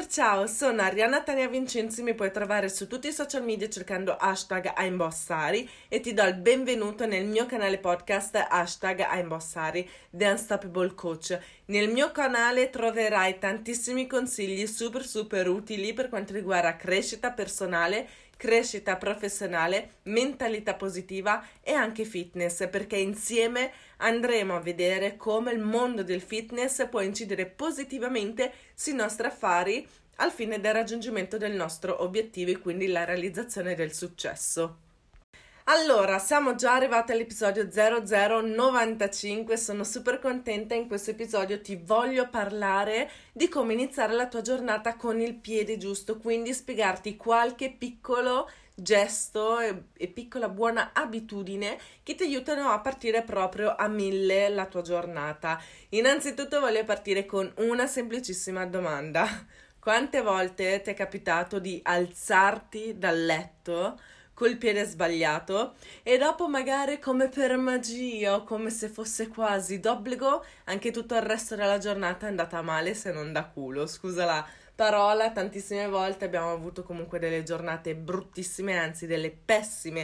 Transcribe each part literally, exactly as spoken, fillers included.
ciao, sono Arianna Tania Vincenzi, mi puoi trovare su tutti i social media cercando hashtag Aimbossari e ti do il benvenuto nel mio canale podcast hashtag Aimbossari, The Unstoppable Coach. Nel mio canale troverai tantissimi consigli super super utili per quanto riguarda crescita personale, crescita professionale, mentalità positiva e anche fitness, perché insieme andremo a vedere come il mondo del fitness può incidere positivamente sui nostri affari al fine del raggiungimento del nostro obiettivo e quindi la realizzazione del successo. Allora, siamo già arrivati all'episodio zero zero novantacinque, sono super contenta. In questo episodio ti voglio parlare di come iniziare la tua giornata con il piede giusto, quindi spiegarti qualche piccolo gesto e, e piccola buona abitudine che ti aiutano a partire proprio a mille la tua giornata. Innanzitutto voglio partire con una semplicissima domanda. Quante volte ti è capitato di alzarti dal letto col piede sbagliato e dopo magari come per magia o come se fosse quasi d'obbligo anche tutto il resto della giornata è andata male se non da culo, scusa la parola, tantissime volte abbiamo avuto comunque delle giornate bruttissime, anzi delle pessime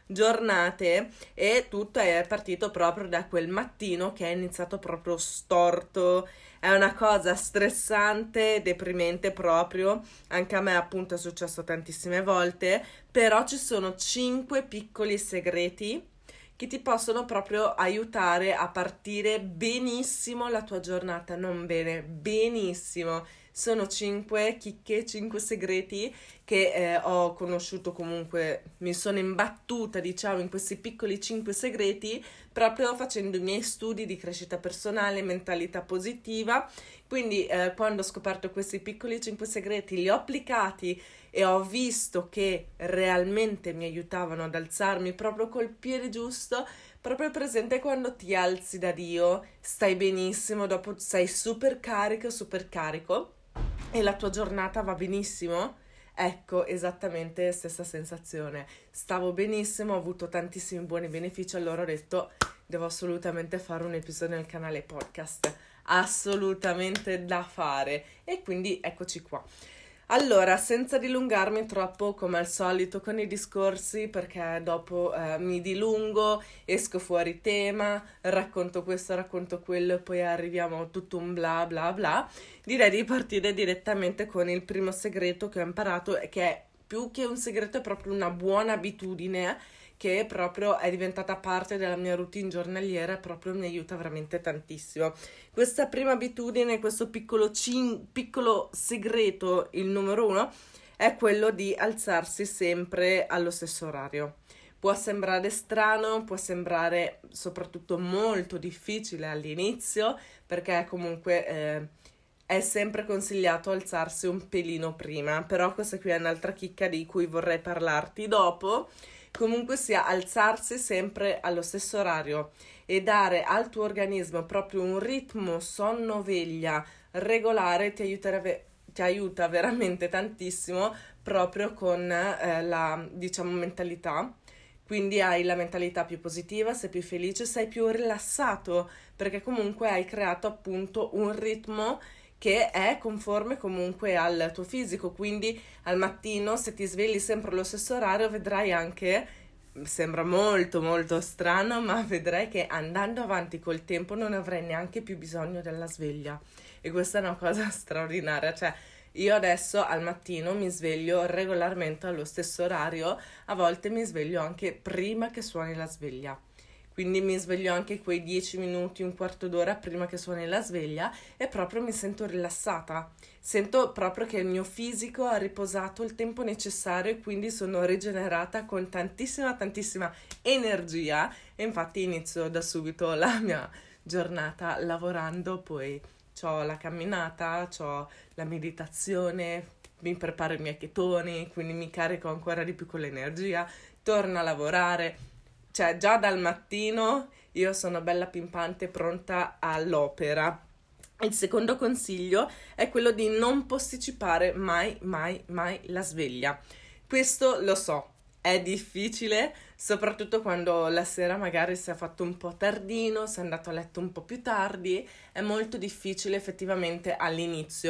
giornate e tutto è partito proprio da quel mattino che è iniziato proprio storto. È una cosa stressante, deprimente proprio, anche a me appunto è successo tantissime volte, però ci sono cinque piccoli segreti che ti possono proprio aiutare a partire benissimo la tua giornata, non bene, benissimo. Sono cinque chicche, cinque segreti che eh, ho conosciuto comunque, mi sono imbattuta diciamo in questi piccoli cinque segreti proprio facendo i miei studi di crescita personale, mentalità positiva, quindi eh, quando ho scoperto questi piccoli cinque segreti li ho applicati e ho visto che realmente mi aiutavano ad alzarmi proprio col piede giusto, proprio presente quando ti alzi da Dio, stai benissimo, dopo sei super carico, super carico e la tua giornata va benissimo. Ecco, esattamente stessa sensazione. Stavo benissimo, ho avuto tantissimi buoni benefici, allora ho detto devo assolutamente fare un episodio nel canale podcast, assolutamente da fare e quindi eccoci qua. Allora, senza dilungarmi troppo come al solito con i discorsi, perché dopo eh, mi dilungo, esco fuori tema, racconto questo, racconto quello e poi arriviamo a tutto un bla bla bla, direi di partire direttamente con il primo segreto che ho imparato e che è più che un segreto, è proprio una buona abitudine che proprio è diventata parte della mia routine giornaliera e proprio mi aiuta veramente tantissimo. Questa prima abitudine, questo piccolo, cin- piccolo segreto, il numero uno, è quello di alzarsi sempre allo stesso orario. Può sembrare strano, può sembrare soprattutto molto difficile all'inizio, perché comunque eh, è sempre consigliato alzarsi un pelino prima, però questa qui è un'altra chicca di cui vorrei parlarti dopo. Comunque sia, alzarsi sempre allo stesso orario e dare al tuo organismo proprio un ritmo sonno-veglia regolare ti aiuta, ti aiuta veramente tantissimo proprio con eh, la, diciamo, mentalità. Quindi hai la mentalità più positiva, sei più felice, sei più rilassato, perché comunque hai creato appunto un ritmo che è conforme comunque al tuo fisico, quindi al mattino se ti svegli sempre allo stesso orario vedrai anche, sembra molto molto strano, ma vedrai che andando avanti col tempo non avrai neanche più bisogno della sveglia e questa è una cosa straordinaria, cioè io adesso al mattino mi sveglio regolarmente allo stesso orario, a volte mi sveglio anche prima che suoni la sveglia. Quindi mi sveglio anche quei dieci minuti, un quarto d'ora prima che suoni la sveglia e proprio mi sento rilassata. Sento proprio che il mio fisico ha riposato il tempo necessario e quindi sono rigenerata con tantissima, tantissima energia e infatti inizio da subito la mia giornata lavorando, poi c'ho la camminata, c'ho la meditazione, mi preparo i miei chetoni, quindi mi carico ancora di più con l'energia, torno a lavorare. Cioè già dal mattino io sono bella pimpante, pronta all'opera. Il secondo consiglio è quello di non posticipare mai, mai, mai la sveglia. Questo lo so, è difficile, soprattutto quando la sera magari si è fatto un po' tardino, si è andato a letto un po' più tardi, è molto difficile effettivamente all'inizio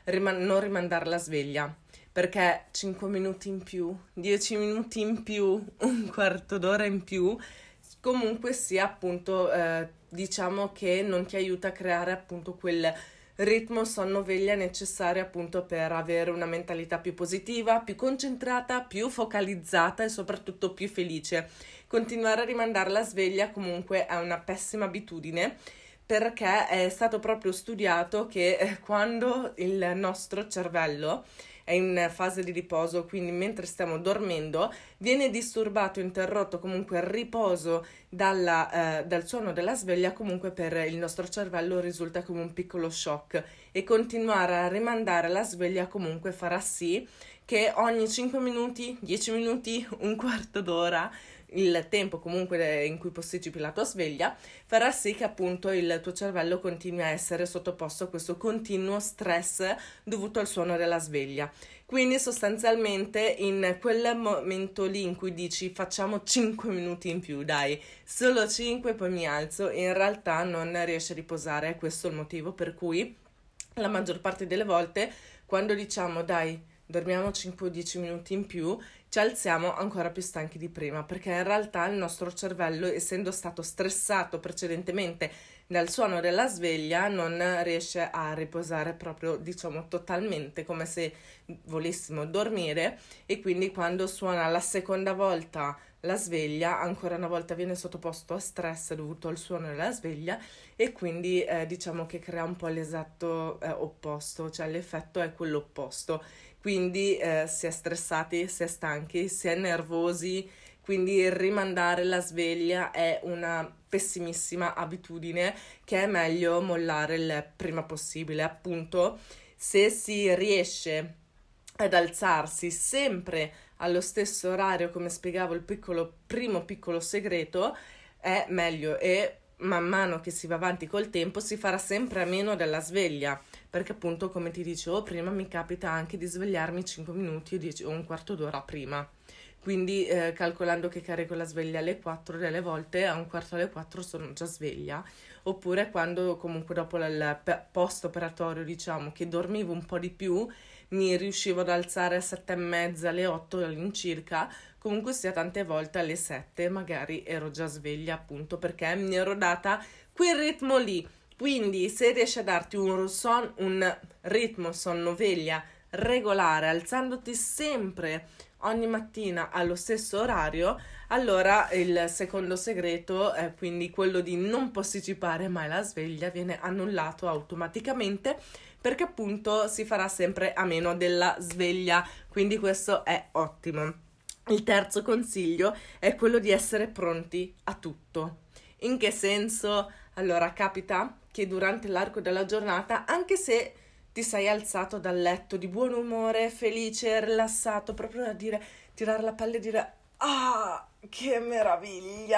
riman- non rimandare la sveglia, perché cinque minuti in più, dieci minuti in più, un quarto d'ora in più, comunque sia appunto eh, diciamo che non ti aiuta a creare appunto quel ritmo sonno-veglia necessario appunto per avere una mentalità più positiva, più concentrata, più focalizzata e soprattutto più felice. Continuare a rimandare la sveglia comunque è una pessima abitudine, perché è stato proprio studiato che quando il nostro cervello è in fase di riposo, quindi mentre stiamo dormendo, viene disturbato, interrotto comunque il riposo dalla, eh, dal suono della sveglia, comunque per il nostro cervello risulta come un piccolo shock, e continuare a rimandare la sveglia comunque farà sì che ogni cinque minuti, dieci minuti, un quarto d'ora, il tempo comunque in cui posticipi la tua sveglia, farà sì che appunto il tuo cervello continui a essere sottoposto a questo continuo stress dovuto al suono della sveglia. Quindi sostanzialmente in quel momento lì in cui dici facciamo cinque minuti in più, dai, solo cinque, poi mi alzo, in realtà non riesci a riposare. Questo è il motivo per cui la maggior parte delle volte quando diciamo dai, dormiamo cinque o dieci minuti in più, ci alziamo ancora più stanchi di prima, perché in realtà il nostro cervello, essendo stato stressato precedentemente dal suono della sveglia, non riesce a riposare proprio, diciamo, totalmente, come se volessimo dormire, e quindi quando suona la seconda volta la sveglia, ancora una volta viene sottoposto a stress dovuto al suono della sveglia, e quindi eh, diciamo che crea un po' l'esatto eh, opposto, cioè l'effetto è quello opposto. Quindi eh, si è stressati, si è stanchi, si è nervosi, quindi rimandare la sveglia è una pessimissima abitudine che è meglio mollare il prima possibile. Appunto, se si riesce ad alzarsi sempre allo stesso orario, come spiegavo il piccolo, primo piccolo segreto, è meglio, e man mano che si va avanti col tempo si farà sempre a meno della sveglia, perché appunto, come ti dicevo prima, mi capita anche di svegliarmi cinque minuti o, dieci, o un quarto d'ora prima, quindi eh, calcolando che carico la sveglia alle quattro, delle volte a un quarto alle quattro sono già sveglia, oppure quando comunque dopo il post operatorio, diciamo che dormivo un po' di più, mi riuscivo ad alzare a sette e mezza, alle otto all'incirca, comunque sia tante volte alle sette magari ero già sveglia, appunto perché mi ero data quel ritmo lì. Quindi se riesci a darti un, son, un ritmo sonno-veglia regolare, alzandoti sempre ogni mattina allo stesso orario, allora il secondo segreto è quindi quello di non posticipare mai la sveglia, viene annullato automaticamente, perché appunto si farà sempre a meno della sveglia, quindi questo è ottimo. Il terzo consiglio è quello di essere pronti a tutto. In che senso? Allora, capita che durante l'arco della giornata, anche se ti sei alzato dal letto di buon umore, felice, rilassato, proprio da dire, tirare la pelle e dire ah, che meraviglia!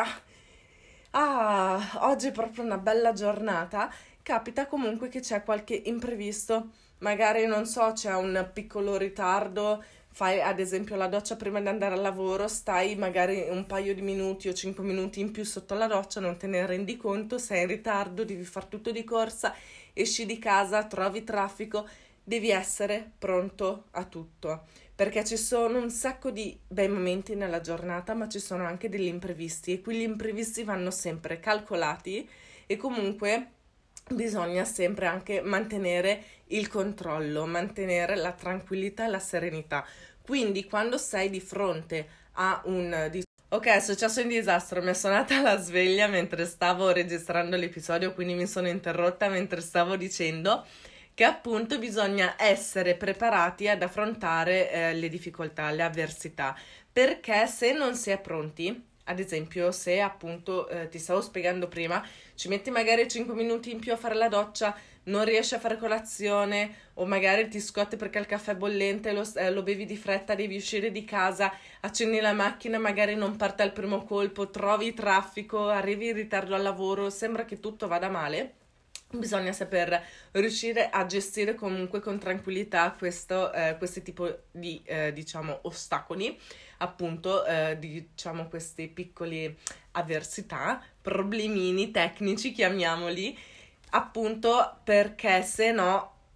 Ah, oggi è proprio una bella giornata. Capita comunque che c'è qualche imprevisto, magari non so, c'è un piccolo ritardo, fai ad esempio la doccia prima di andare al lavoro, stai magari un paio di minuti o cinque minuti in più sotto la doccia, non te ne rendi conto, sei in ritardo, devi far tutto di corsa, esci di casa, trovi traffico, devi essere pronto a tutto, perché ci sono un sacco di bei momenti nella giornata, ma ci sono anche degli imprevisti, e quegli imprevisti vanno sempre calcolati, e comunque bisogna sempre anche mantenere il controllo, mantenere la tranquillità e la serenità. Quindi quando sei di fronte a un... Ok, è successo un disastro, mi è suonata la sveglia mentre stavo registrando l'episodio, quindi mi sono interrotta mentre stavo dicendo che appunto bisogna essere preparati ad affrontare eh, le difficoltà, le avversità, perché se non si è pronti, ad esempio se appunto eh, ti stavo spiegando prima, ci metti magari cinque minuti in più a fare la doccia, non riesci a fare colazione, o magari ti scotti perché il caffè è bollente, lo, eh, lo bevi di fretta, devi uscire di casa, accendi la macchina, magari non parte al primo colpo, trovi traffico, arrivi in ritardo al lavoro, sembra che tutto vada male. Bisogna saper riuscire a gestire comunque con tranquillità questo, eh, questi tipo di eh, diciamo ostacoli, appunto eh, diciamo queste piccole avversità, problemini tecnici, chiamiamoli, appunto perché se no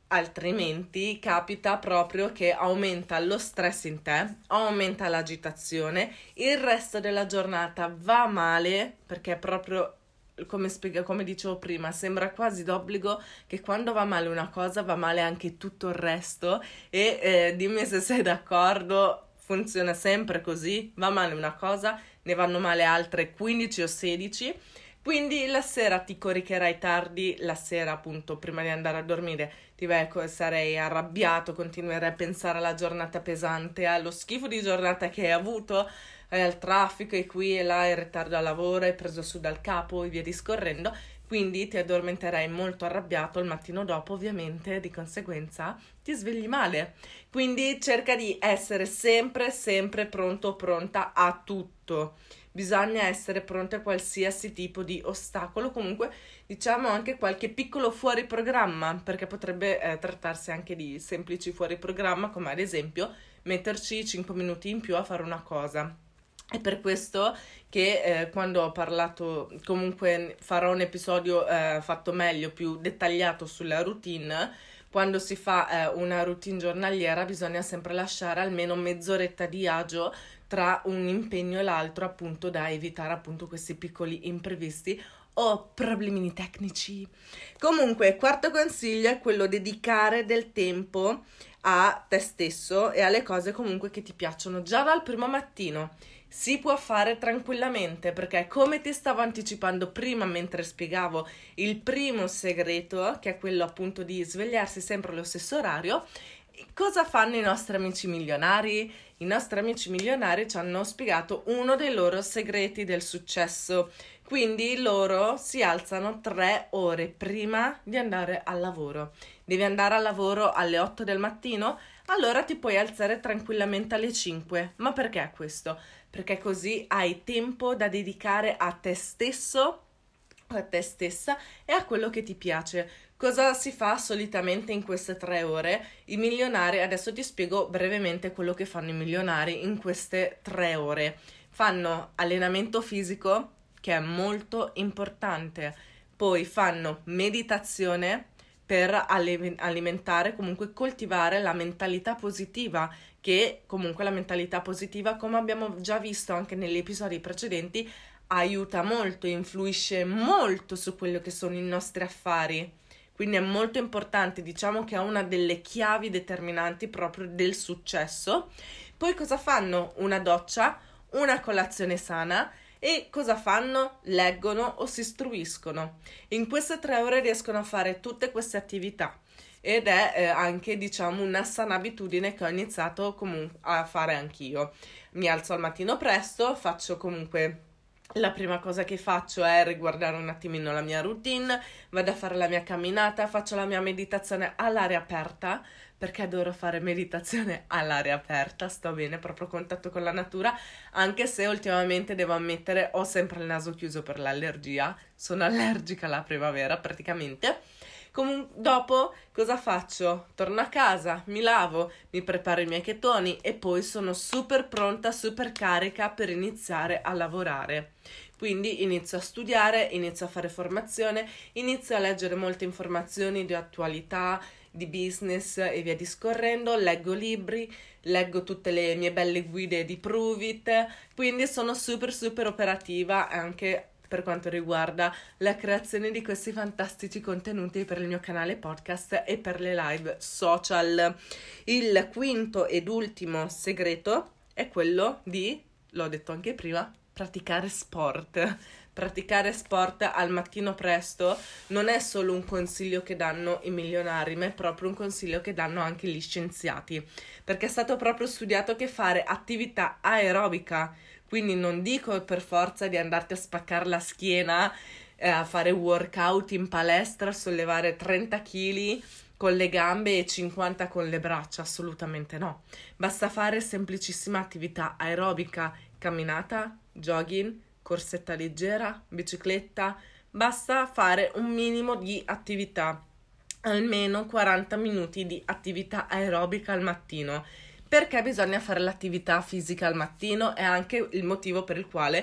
altrimenti capita proprio che aumenta lo stress in te, aumenta l'agitazione, il resto della giornata va male, perché proprio come spiega, come dicevo prima, sembra quasi d'obbligo che quando va male una cosa va male anche tutto il resto e eh, dimmi se sei d'accordo, funziona sempre così, va male una cosa, ne vanno male altre quindici o sedici, quindi la sera ti coricherai tardi, la sera appunto prima di andare a dormire ti vai, sarei arrabbiato, continuerai a pensare alla giornata pesante, allo schifo di giornata che hai avuto, al traffico e qui e là, il ritardo al lavoro, hai preso su dal capo e via discorrendo, quindi ti addormenterai molto arrabbiato il mattino dopo, ovviamente di conseguenza ti svegli male. Quindi cerca di essere sempre, sempre pronto o pronta a tutto. Bisogna essere pronti a qualsiasi tipo di ostacolo, comunque diciamo anche qualche piccolo fuori programma, perché potrebbe eh, trattarsi anche di semplici fuori programma, come ad esempio metterci cinque minuti in più a fare una cosa. È per questo che eh, quando ho parlato, comunque farò un episodio eh, fatto meglio, più dettagliato sulla routine. Quando si fa eh, una routine giornaliera bisogna sempre lasciare almeno mezz'oretta di agio tra un impegno e l'altro, appunto da evitare appunto questi piccoli imprevisti o problemini tecnici. Comunque, quarto consiglio è quello di dedicare del tempo a te stesso e alle cose comunque che ti piacciono già dal primo mattino. Si può fare tranquillamente, perché come ti stavo anticipando prima mentre spiegavo il primo segreto, che è quello appunto di svegliarsi sempre allo stesso orario, cosa fanno i nostri amici milionari? I nostri amici milionari ci hanno spiegato uno dei loro segreti del successo. Quindi loro si alzano tre ore prima di andare al lavoro. Devi andare al lavoro alle otto del mattino? Allora ti puoi alzare tranquillamente alle cinque. Ma perché questo? Perché così hai tempo da dedicare a te stesso, a te stessa e a quello che ti piace. Cosa si fa solitamente in queste tre ore? I milionari, adesso ti spiego brevemente quello che fanno i milionari in queste tre ore. Fanno allenamento fisico, che è molto importante, poi fanno meditazione per alimentare, comunque coltivare la mentalità positiva, che comunque la mentalità positiva, come abbiamo già visto anche negli episodi precedenti, aiuta molto, influisce molto su quello che sono i nostri affari. Quindi è molto importante, diciamo che è una delle chiavi determinanti proprio del successo. Poi cosa fanno? Una doccia, una colazione sana e cosa fanno? Leggono o si istruiscono. In queste tre ore riescono a fare tutte queste attività ed è eh, anche, diciamo, una sana abitudine che ho iniziato comunque a fare anch'io. Mi alzo al mattino presto, faccio comunque... La prima cosa che faccio è riguardare un attimino la mia routine, vado a fare la mia camminata, faccio la mia meditazione all'aria aperta, perché adoro fare meditazione all'aria aperta, sto bene, proprio a contatto con la natura, anche se ultimamente devo ammettere ho sempre il naso chiuso per l'allergia, sono allergica alla primavera praticamente. Comunque, dopo cosa faccio? Torno a casa, mi lavo, mi preparo i miei chetoni e poi sono super pronta, super carica per iniziare a lavorare. Quindi inizio a studiare, inizio a fare formazione, inizio a leggere molte informazioni di attualità, di business e via discorrendo, leggo libri, leggo tutte le mie belle guide di Pruvit, quindi sono super super operativa anche per quanto riguarda la creazione di questi fantastici contenuti per il mio canale podcast e per le live social. Il quinto ed ultimo segreto è quello di, l'ho detto anche prima, praticare sport. Praticare sport al mattino presto non è solo un consiglio che danno i milionari, ma è proprio un consiglio che danno anche gli scienziati, perché è stato proprio studiato che fare attività aerobica, quindi non dico per forza di andarti a spaccare la schiena, eh, a fare workout in palestra, sollevare trenta chili con le gambe e cinquanta con le braccia, assolutamente no. Basta fare semplicissima attività aerobica, camminata, jogging, corsetta leggera, bicicletta, basta fare un minimo di attività, almeno quaranta minuti di attività aerobica al mattino. Perché bisogna fare l'attività fisica al mattino? È anche il motivo per il quale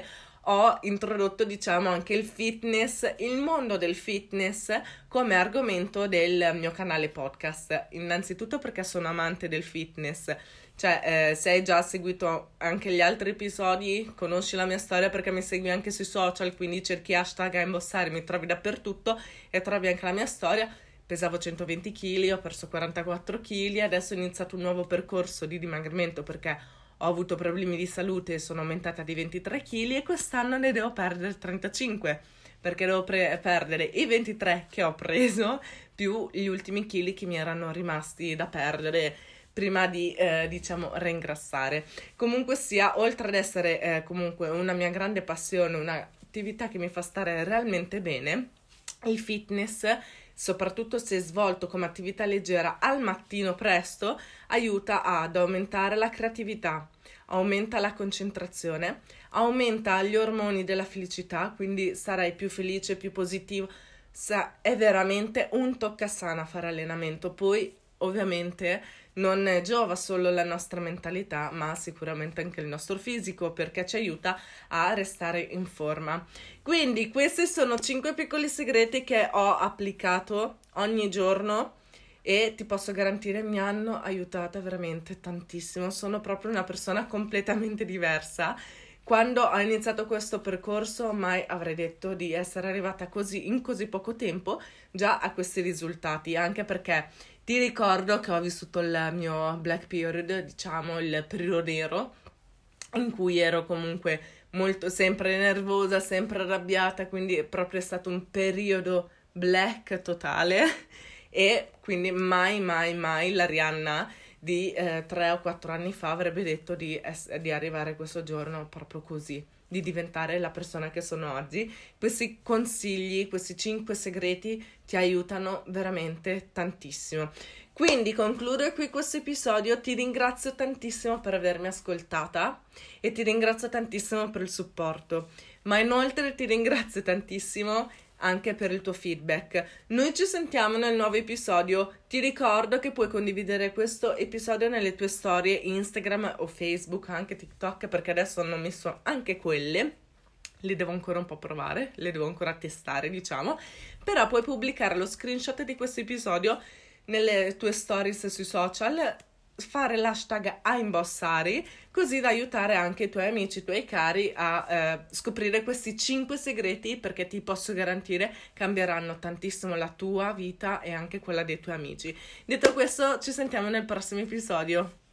ho introdotto, diciamo, anche il fitness, il mondo del fitness come argomento del mio canale podcast. Innanzitutto perché sono amante del fitness, cioè eh, se hai già seguito anche gli altri episodi, conosci la mia storia perché mi segui anche sui social, quindi cerchi hashtag a imbossare, mi trovi dappertutto e trovi anche la mia storia. Pesavo centoventi chili, ho perso quarantaquattro chili, adesso ho iniziato un nuovo percorso di dimagrimento perché ho avuto problemi di salute e sono aumentata di ventitré chili e quest'anno ne devo perdere trentacinque perché devo pre- perdere i ventitré che ho preso più gli ultimi chili che mi erano rimasti da perdere prima di, eh, diciamo, reingrassare. Comunque sia, oltre ad essere eh, comunque una mia grande passione, un'attività che mi fa stare realmente bene, il fitness, soprattutto se svolto come attività leggera al mattino presto, aiuta ad aumentare la creatività, aumenta la concentrazione, aumenta gli ormoni della felicità, quindi sarai più felice, più positivo. Sa- è veramente un toccasana fare allenamento. Poi ovviamente non giova solo la nostra mentalità, ma sicuramente anche il nostro fisico, perché ci aiuta a restare in forma. Quindi questi sono cinque piccoli segreti che ho applicato ogni giorno e ti posso garantire mi hanno aiutata veramente tantissimo. Sono proprio una persona completamente diversa. Quando ho iniziato questo percorso mai avrei detto di essere arrivata così in così poco tempo già a questi risultati, anche perché ti ricordo che ho vissuto il mio black period, diciamo il periodo nero, in cui ero comunque molto sempre nervosa, sempre arrabbiata, quindi è proprio stato un periodo black totale e quindi mai mai mai la Rihanna di eh, tre o quattro anni fa avrebbe detto di, ess- di arrivare questo giorno proprio così, di diventare la persona che sono oggi. Questi consigli, questi cinque segreti ti aiutano veramente tantissimo. Quindi concludo qui questo episodio, ti ringrazio tantissimo per avermi ascoltata e ti ringrazio tantissimo per il supporto, ma inoltre ti ringrazio tantissimo anche per il tuo feedback. Noi ci sentiamo nel nuovo episodio. Ti ricordo che puoi condividere questo episodio nelle tue storie Instagram o Facebook, anche TikTok, perché adesso hanno messo anche quelle. Le devo ancora un po' provare, le devo ancora testare, diciamo. Però puoi pubblicare lo screenshot di questo episodio nelle tue stories sui social, fare l'hashtag a imbossari, così da aiutare anche i tuoi amici, i tuoi cari a eh, scoprire questi cinque segreti, perché ti posso garantire cambieranno tantissimo la tua vita e anche quella dei tuoi amici. Detto questo, ci sentiamo nel prossimo episodio.